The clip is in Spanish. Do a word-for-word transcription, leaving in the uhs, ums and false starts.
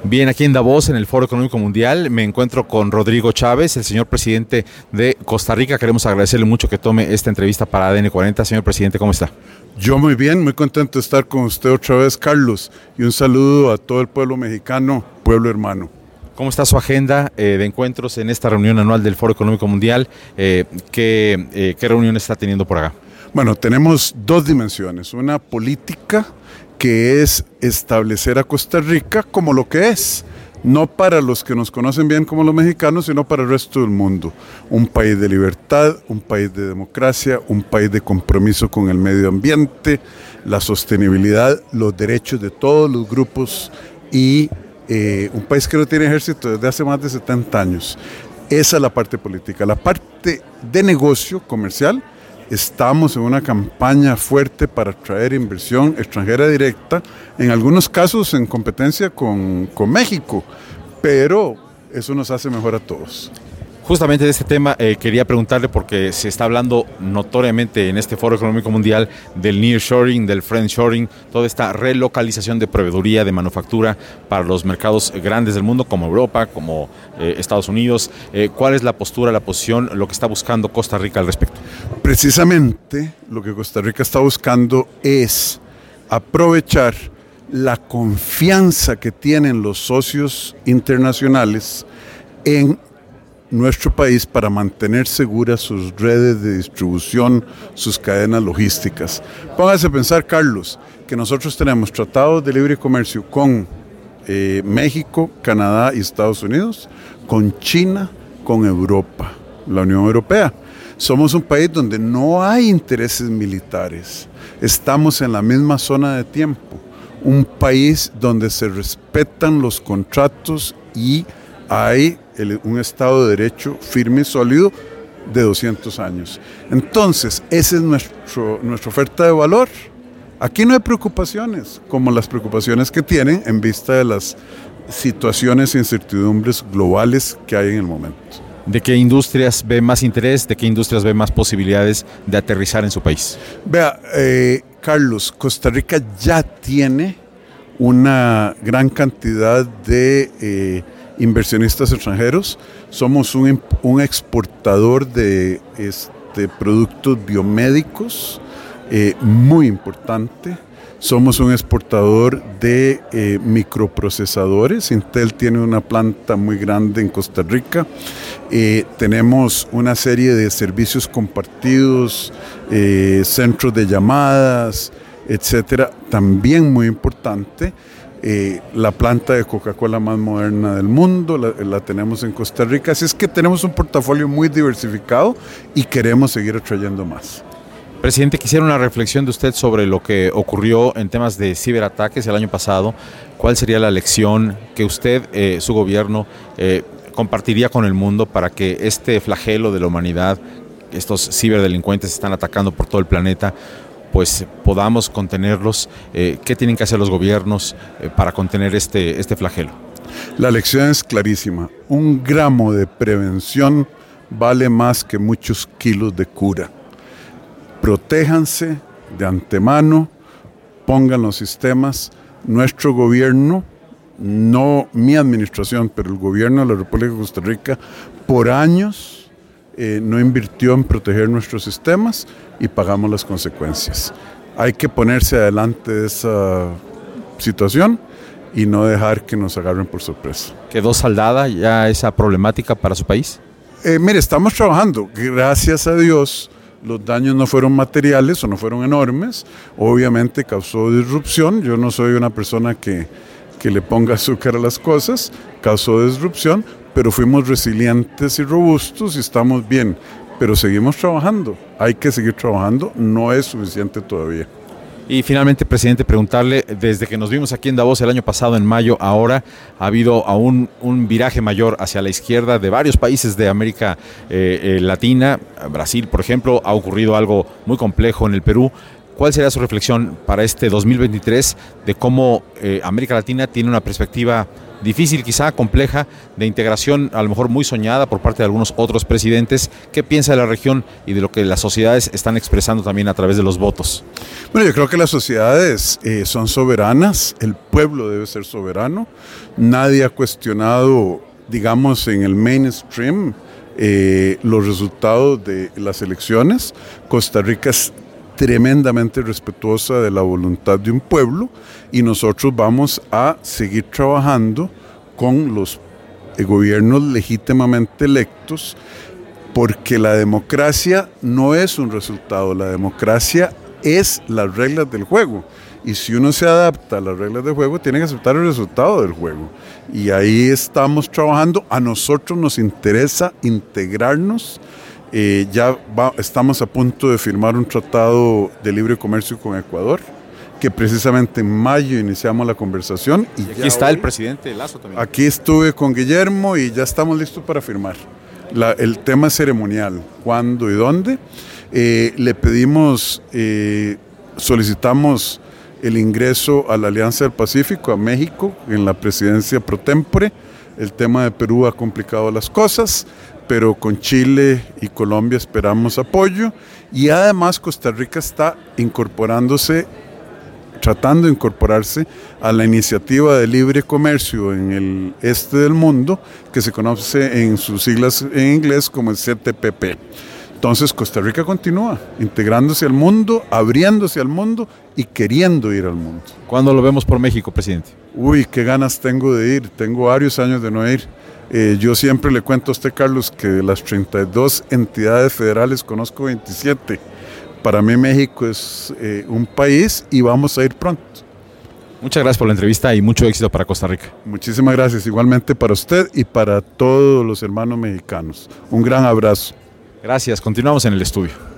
Bien, aquí en Davos, en el Foro Económico Mundial, me encuentro con Rodrigo Chávez, el señor presidente de Costa Rica. Queremos agradecerle mucho que tome esta entrevista para A D N cuarenta. Señor presidente, ¿cómo está? Yo muy bien, muy contento de estar con usted otra vez, Carlos, y un saludo a todo el pueblo mexicano, pueblo hermano. ¿Cómo está su agenda eh, de encuentros en esta reunión anual del Foro Económico Mundial? Eh, ¿qué, eh, ¿Qué reunión está teniendo por acá? Bueno, tenemos dos dimensiones, una política que es establecer a Costa Rica como lo que es, no para los que nos conocen bien como los mexicanos, sino para el resto del mundo. Un país de libertad, un país de democracia, un país de compromiso con el medio ambiente, la sostenibilidad, los derechos de todos los grupos y eh, un país que no tiene ejército desde hace más de setenta años. Esa es la parte política. La parte de negocio comercial, estamos en una campaña fuerte para atraer inversión extranjera directa, en algunos casos en competencia con, con México, pero eso nos hace mejor a todos. Justamente de este tema eh, quería preguntarle, porque se está hablando notoriamente en este Foro Económico Mundial del nearshoring, del friendshoring, toda esta relocalización de proveeduría, de manufactura para los mercados grandes del mundo como Europa, como eh, Estados Unidos. Eh, ¿Cuál es la postura, la posición, lo que está buscando Costa Rica al respecto? Precisamente lo que Costa Rica está buscando es aprovechar la confianza que tienen los socios internacionales en nuestro país para mantener seguras sus redes de distribución, sus cadenas logísticas. Póngase a pensar, Carlos, que nosotros tenemos tratados de libre comercio con eh, México, Canadá y Estados Unidos, con China, con Europa, la Unión Europea. Somos un país donde no hay intereses militares, estamos en la misma zona de tiempo, un país donde se respetan los contratos y hay el, un Estado de Derecho firme y sólido de doscientos años. Entonces, esa es nuestro, nuestra oferta de valor. Aquí no hay preocupaciones, como las preocupaciones que tienen en vista de las situaciones e incertidumbres globales que hay en el momento. ¿De qué industrias ve más interés? ¿De qué industrias ve más posibilidades de aterrizar en su país? Vea, eh, Carlos, Costa Rica ya tiene una gran cantidad de eh, inversionistas extranjeros. Somos un, un exportador de este, productos biomédicos eh, muy importante. Somos un exportador de eh, microprocesadores. Intel tiene una planta muy grande en Costa Rica. Eh, tenemos una serie de servicios compartidos, eh, centros de llamadas, etcétera, también muy importante. Eh, la planta de Coca-Cola más moderna del mundo la, la tenemos en Costa Rica. Así es que tenemos un portafolio muy diversificado y queremos seguir atrayendo más. Presidente, quisiera una reflexión de usted sobre lo que ocurrió en temas de ciberataques el año pasado. ¿Cuál sería la lección que usted, eh, su gobierno, eh, compartiría con el mundo para que este flagelo de la humanidad, estos ciberdelincuentes están atacando por todo el planeta, pues podamos contenerlos? Eh, ¿Qué tienen que hacer los gobiernos eh, para contener este, este flagelo? La lección es clarísima. Un gramo de prevención vale más que muchos kilos de cura. Protéjanse de antemano, pongan los sistemas. Nuestro gobierno, no mi administración, pero el gobierno de la República de Costa Rica, por años eh, no invirtió en proteger nuestros sistemas y pagamos las consecuencias. Hay que ponerse adelante de esa situación y no dejar que nos agarren por sorpresa. ¿Quedó saldada ya esa problemática para su país? Eh, mire, estamos trabajando, gracias a Dios. Los daños no fueron materiales o no fueron enormes, obviamente causó disrupción. Yo no soy una persona que, que le ponga azúcar a las cosas, causó disrupción, pero fuimos resilientes y robustos y estamos bien, pero seguimos trabajando, hay que seguir trabajando, no es suficiente todavía. Y finalmente, presidente, preguntarle, desde que nos vimos aquí en Davos el año pasado, en mayo, ahora ha habido aún un viraje mayor hacia la izquierda de varios países de América eh, eh, Latina. Brasil, por ejemplo, ha ocurrido algo muy complejo en el Perú. ¿Cuál sería su reflexión para este dos mil veintitrés de cómo eh, América Latina tiene una perspectiva difícil, quizá compleja, de integración, a lo mejor muy soñada por parte de algunos otros presidentes. ¿Qué piensa de la región y de lo que las sociedades están expresando también a través de los votos? Bueno, yo creo que las sociedades eh, son soberanas, el pueblo debe ser soberano, nadie ha cuestionado, digamos, en el mainstream eh, los resultados de las elecciones. Costa Rica es tremendamente respetuosa de la voluntad de un pueblo y nosotros vamos a seguir trabajando con los eh, gobiernos legítimamente electos, porque la democracia no es un resultado, la democracia es las reglas del juego, y si uno se adapta a las reglas del juego tiene que aceptar el resultado del juego, y ahí estamos trabajando. A nosotros nos interesa integrarnos. Eh, ya va, estamos a punto de firmar un tratado de libre comercio con Ecuador, que precisamente en mayo iniciamos la conversación. Y, y aquí está hoy el presidente Lasso también. Aquí estuve con Guillermo y ya estamos listos para firmar. La, el tema ceremonial, cuándo y dónde. Eh, le pedimos, eh, solicitamos el ingreso a la Alianza del Pacífico, a México, en la presidencia pro tempore. El tema de Perú ha complicado las cosas, pero con Chile y Colombia esperamos apoyo, y además Costa Rica está incorporándose, tratando de incorporarse a la iniciativa de libre comercio en el este del mundo, que se conoce en sus siglas en inglés como el C T P P. Entonces Costa Rica continúa integrándose al mundo, abriéndose al mundo y queriendo ir al mundo. ¿Cuándo lo vemos por México, presidente? Uy, qué ganas tengo de ir, tengo varios años de no ir. Eh, yo siempre le cuento a usted, Carlos, que de las treinta y dos entidades federales conozco veintisiete. Para mí México es eh, un país y vamos a ir pronto. Muchas gracias por la entrevista y mucho éxito para Costa Rica. Muchísimas gracias, igualmente para usted y para todos los hermanos mexicanos. Un gran abrazo. Gracias, continuamos en el estudio.